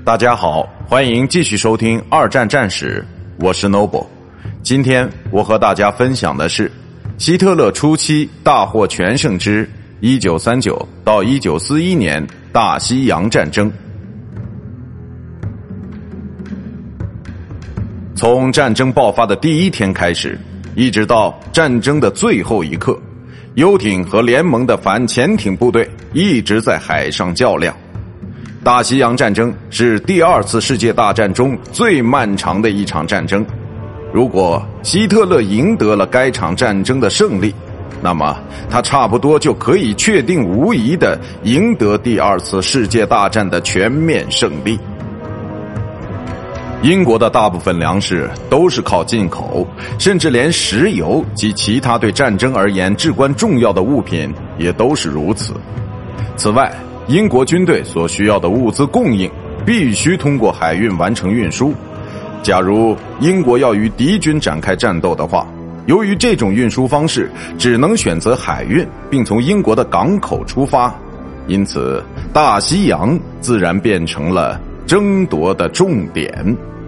大家好，欢迎继续收听二战战史，我是 Noble。今天我和大家分享的是希特勒初期大获全胜之1939到1941年大西洋战争。从战争爆发的第一天开始，一直到战争的最后一刻，游艇和联盟的反潜艇部队一直在海上较量。大西洋战争是第二次世界大战中最漫长的一场战争。如果希特勒赢得了该场战争的胜利，那么他差不多就可以确定无疑地赢得第二次世界大战的全面胜利。英国的大部分粮食都是靠进口，甚至连石油及其他对战争而言至关重要的物品也都是如此。此外，英国军队所需要的物资供应必须通过海运完成运输。假如英国要与敌军展开战斗的话，由于这种运输方式只能选择海运，并从英国的港口出发，因此大西洋自然变成了争夺的重点。